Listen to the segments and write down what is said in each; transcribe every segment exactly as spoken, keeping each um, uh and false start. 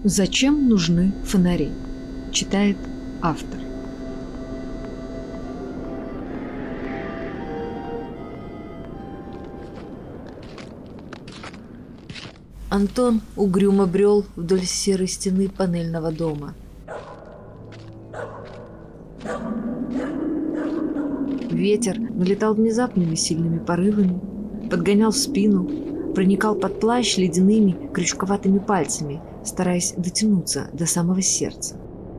Зачем нужны фонари? Читает автор. Антон угрюмо брел вдоль серой стены панельного дома. Ветер налетал внезапными сильными порывами, подгонял в спину, проникал под плащ ледяными крючковатыми пальцами, стараясь дотянуться до самого сердца.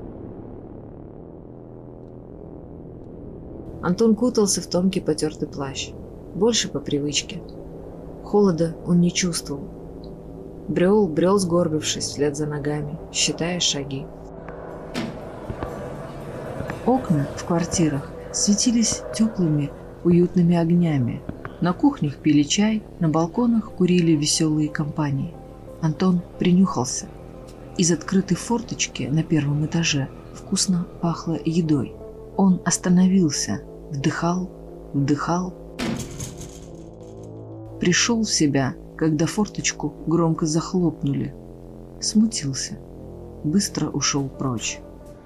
Антон кутался в тонкий потертый плащ, больше по привычке. Холода он не чувствовал. Брел, брел, сгорбившись вслед за ногами, считая шаги. Окна в квартирах светились теплыми, уютными огнями. На кухнях пили чай, на балконах курили веселые компании. Антон принюхался. Из открытой форточки на первом этаже вкусно пахло едой. Он остановился, вдыхал, вдыхал. Пришел в себя, когда форточку громко захлопнули. Смутился, быстро ушел прочь.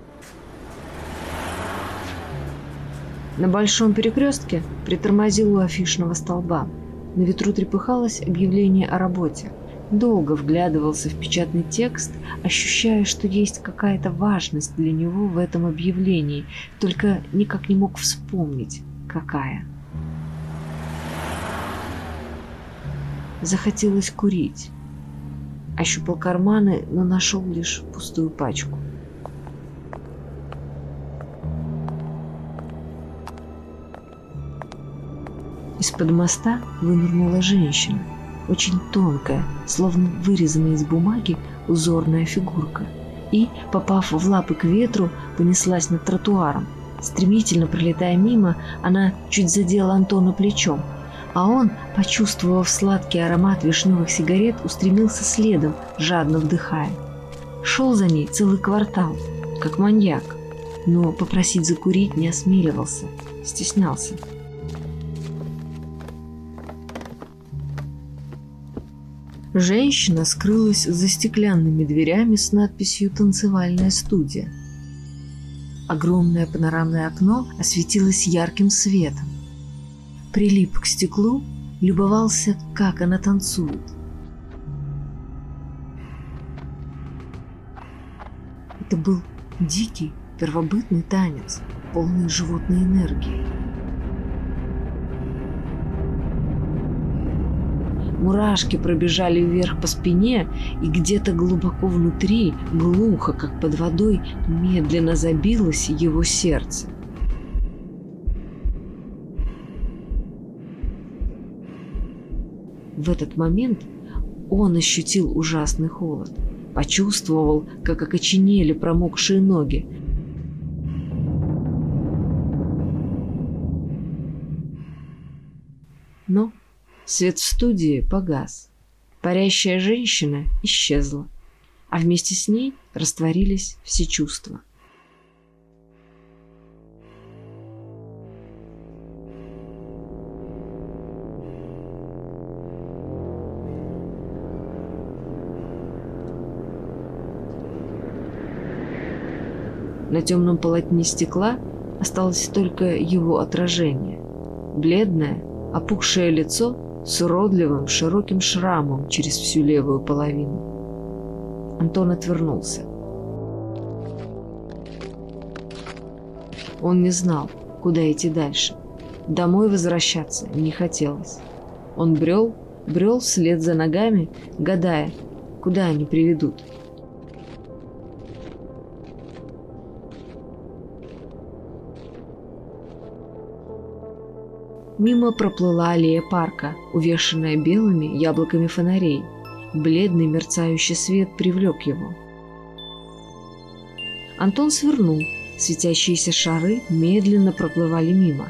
На большом перекрестке притормозил у афишного столба. На ветру трепыхалось объявление о работе. Долго вглядывался в печатный текст, ощущая, что есть какая-то важность для него в этом объявлении, только никак не мог вспомнить, какая. Захотелось курить. Ощупал карманы, но нашел лишь пустую пачку. Из-под моста вынырнула женщина, очень тонкая, словно вырезанная из бумаги узорная фигурка, и, попав в лапы к ветру, понеслась над тротуаром. Стремительно пролетая мимо, она чуть задела Антона плечом, а он, почувствовав сладкий аромат вишневых сигарет, устремился следом, жадно вдыхая. Шел за ней целый квартал, как маньяк, но попросить закурить не осмеливался, стеснялся. Женщина скрылась за стеклянными дверями с надписью «Танцевальная студия». Огромное панорамное окно осветилось ярким светом. Прилип к стеклу, любовался, как она танцует. Это был дикий, первобытный танец, полный животной энергии. Мурашки пробежали вверх по спине, и где-то глубоко внутри, глухо, как под водой, медленно забилось его сердце. В этот момент он ощутил ужасный холод, почувствовал, как окоченели промокшие ноги. Но свет в студии погас. Парящая женщина исчезла, а вместе с ней растворились все чувства. На темном полотне стекла осталось только его отражение. Бледное, опухшее лицо с уродливым широким шрамом через всю левую половину. Антон отвернулся. Он не знал, куда идти дальше. Домой возвращаться не хотелось. Он брел, брел вслед за ногами, гадая, куда они приведут. Мимо проплыла аллея парка, увешанная белыми яблоками фонарей. Бледный мерцающий свет привлек его. Антон свернул, светящиеся шары медленно проплывали мимо.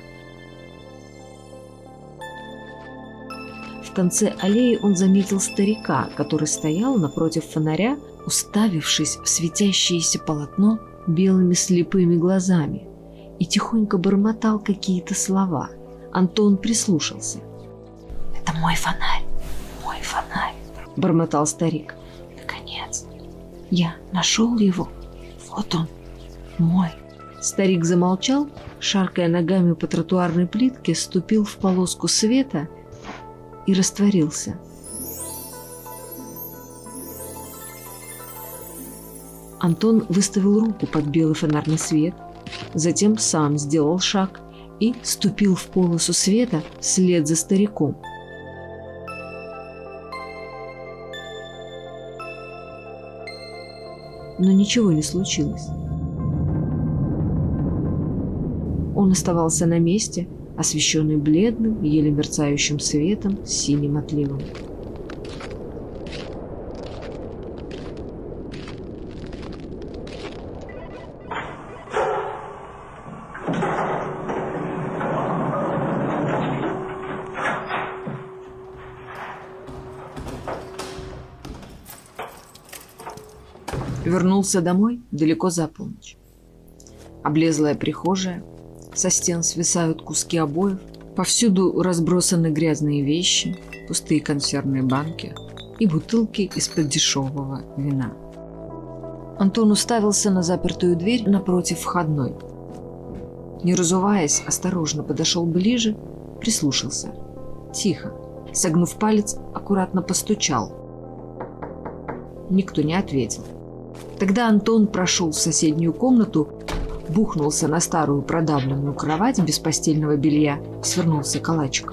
В конце аллеи он заметил старика, который стоял напротив фонаря, уставившись в светящееся полотно белыми слепыми глазами, и тихонько бормотал какие-то слова. Антон прислушался. «Это мой фонарь, мой фонарь», — бормотал старик. «Наконец, Я нашел его. Вот он, мой. Старик замолчал, шаркая ногами по тротуарной плитке, ступил в полоску света и растворился. Антон выставил руку под белый фонарный свет, затем сам сделал шаг и ступил в полосу света вслед за стариком. Но ничего не случилось. Он оставался на месте, освещенный бледным, еле мерцающим светом с синим отливом. Вернулся домой далеко за полночь. Облезлая прихожая, со стен свисают куски обоев, повсюду разбросаны грязные вещи, пустые консервные банки и бутылки из-под дешевого вина. Антон уставился на запертую дверь напротив входной. Не разуваясь, осторожно подошел ближе, прислушался. Тихо. Согнув палец, аккуратно постучал. Никто не ответил. Тогда Антон прошел в соседнюю комнату, бухнулся на старую продавленную кровать без постельного белья, свернулся калачиком.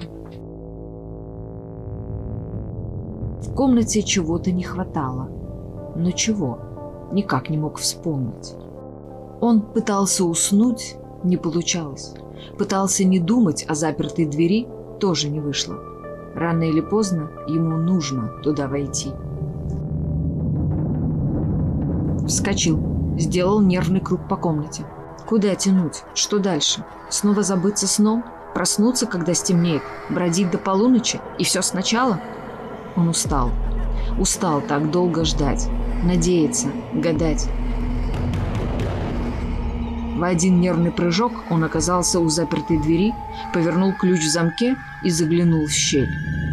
В комнате чего-то не хватало. Но чего? Никак не мог вспомнить. Он пытался уснуть, не получалось. Пытался не думать о запертой двери, тоже не вышло. Рано или поздно ему нужно туда войти. Вскочил, сделал нервный круг по комнате. Куда тянуть? Что дальше? Снова забыться сном? Проснуться, когда стемнеет? Бродить до полуночи? И все сначала? Он устал. Устал так долго ждать, надеяться, гадать. В один нервный прыжок он оказался у запертой двери, повернул ключ в замке и заглянул в щель.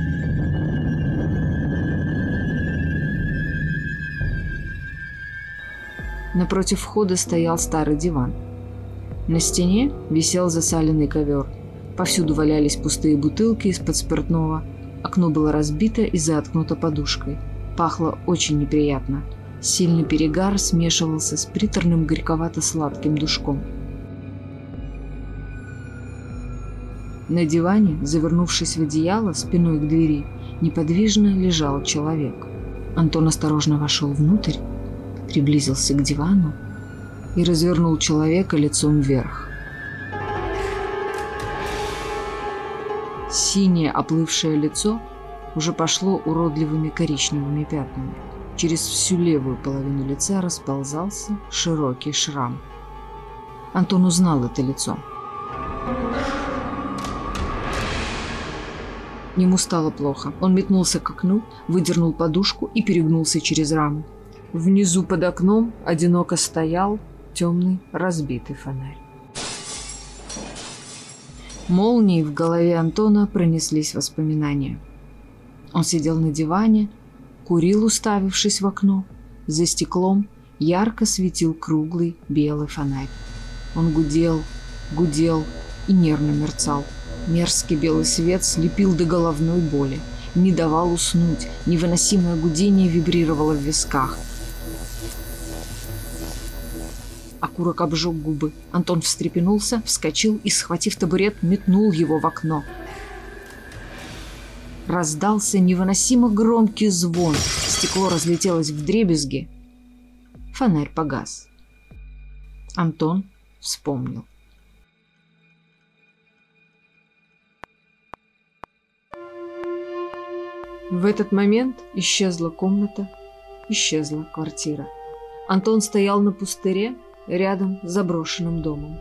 Напротив входа стоял старый диван. На стене висел засаленный ковер. Повсюду валялись пустые бутылки из-под спиртного. Окно было разбито и заткнуто подушкой. Пахло очень неприятно. Сильный перегар смешивался с приторным горьковато-сладким душком. На диване, завернувшись в одеяло спиной к двери, неподвижно лежал человек. Антон осторожно вошел внутрь, приблизился к дивану и развернул человека лицом вверх. Синее оплывшее лицо уже пошло уродливыми коричневыми пятнами. Через всю левую половину лица расползался широкий шрам. Антон узнал это лицо. Ему стало плохо. Он метнулся к окну, выдернул подушку и перегнулся через раму. Внизу под окном одиноко стоял темный разбитый фонарь. Молнией в голове Антона пронеслись воспоминания. Он сидел на диване, курил, уставившись в окно. За стеклом ярко светил круглый белый фонарь. Он гудел, гудел и нервно мерцал. Мерзкий белый свет слепил до головной боли, не давал уснуть, невыносимое гудение вибрировало в висках. Окурок обжег губы. Антон встрепенулся, вскочил и, схватив табурет, метнул его в окно. Раздался невыносимо громкий звон. Стекло разлетелось вдребезги. Фонарь погас. Антон вспомнил. В этот момент исчезла комната, исчезла квартира. Антон стоял на пустыре рядом с заброшенным домом.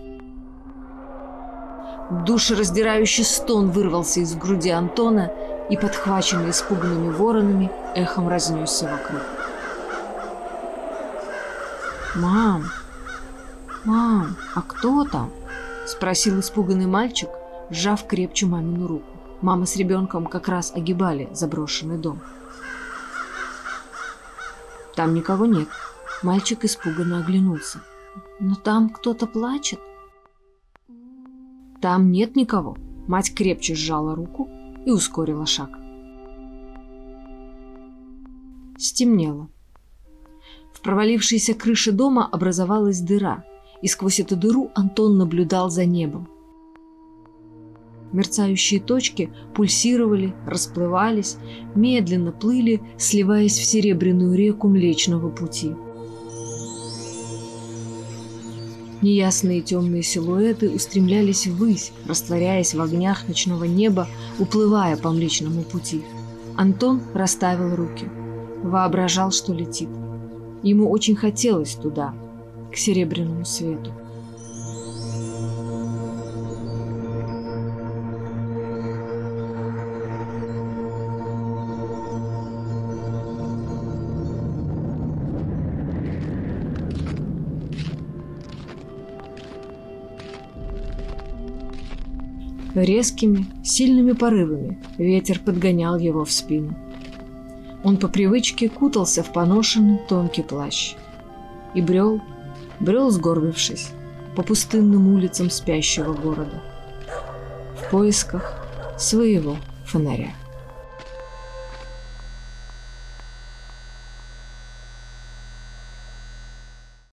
Душераздирающий стон вырвался из груди Антона и, подхваченный испуганными воронами, эхом разнесся вокруг. «Мам! Мам, а кто там?» – спросил испуганный мальчик, сжав крепче мамину руку. Мама с ребенком как раз огибали заброшенный дом. Там никого нет. Мальчик испуганно оглянулся. Но там кто-то плачет. Там нет никого. Мать крепче сжала руку и ускорила шаг. Стемнело. В провалившейся крыше дома образовалась дыра, и сквозь эту дыру Антон наблюдал за небом. Мерцающие точки пульсировали, расплывались, медленно плыли, сливаясь в серебряную реку Млечного Пути. Неясные темные силуэты устремлялись ввысь, растворяясь в огнях ночного неба, уплывая по Млечному Пути. Антон расставил руки, воображал, что летит. Ему очень хотелось туда, к серебряному свету. Резкими, сильными порывами ветер подгонял его в спину. Он по привычке кутался в поношенный тонкий плащ и брел, брел сгорбившись, по пустынным улицам спящего города в поисках своего фонаря.